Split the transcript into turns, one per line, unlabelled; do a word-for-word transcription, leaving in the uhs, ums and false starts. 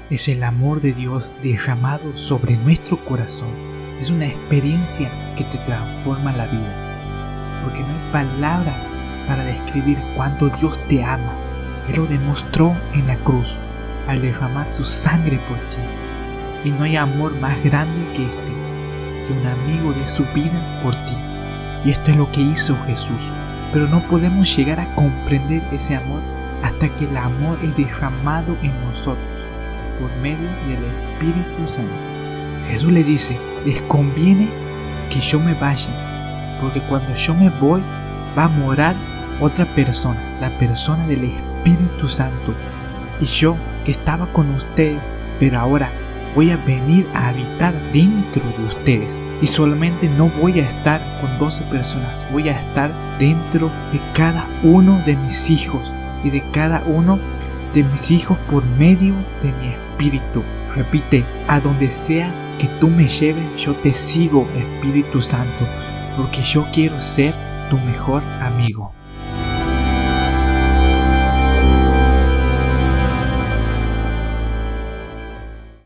es el amor de Dios derramado sobre nuestro corazón. Es una experiencia que te transforma la vida, porque no hay palabras para describir cuánto Dios te ama. Él lo demostró en la cruz al derramar su sangre por ti. Y no hay amor más grande que este, que un amigo dé su vida por ti. Y esto es lo que hizo Jesús. Pero no podemos llegar a comprender ese amor hasta que el amor es derramado en nosotros por medio del Espíritu Santo. Jesús le dice, les conviene que yo me vaya, porque cuando yo me voy va a morar otra persona, la persona del Espíritu Santo. Y yo que estaba con ustedes, pero ahora voy a venir a habitar dentro de ustedes. Y solamente no voy a estar con doce personas, voy a estar dentro de cada uno de mis hijos y de cada uno de mis hijos por medio de mi Espíritu. Repite, a donde sea que tú me lleves, yo te sigo, Espíritu Santo, porque yo quiero ser tu mejor amigo.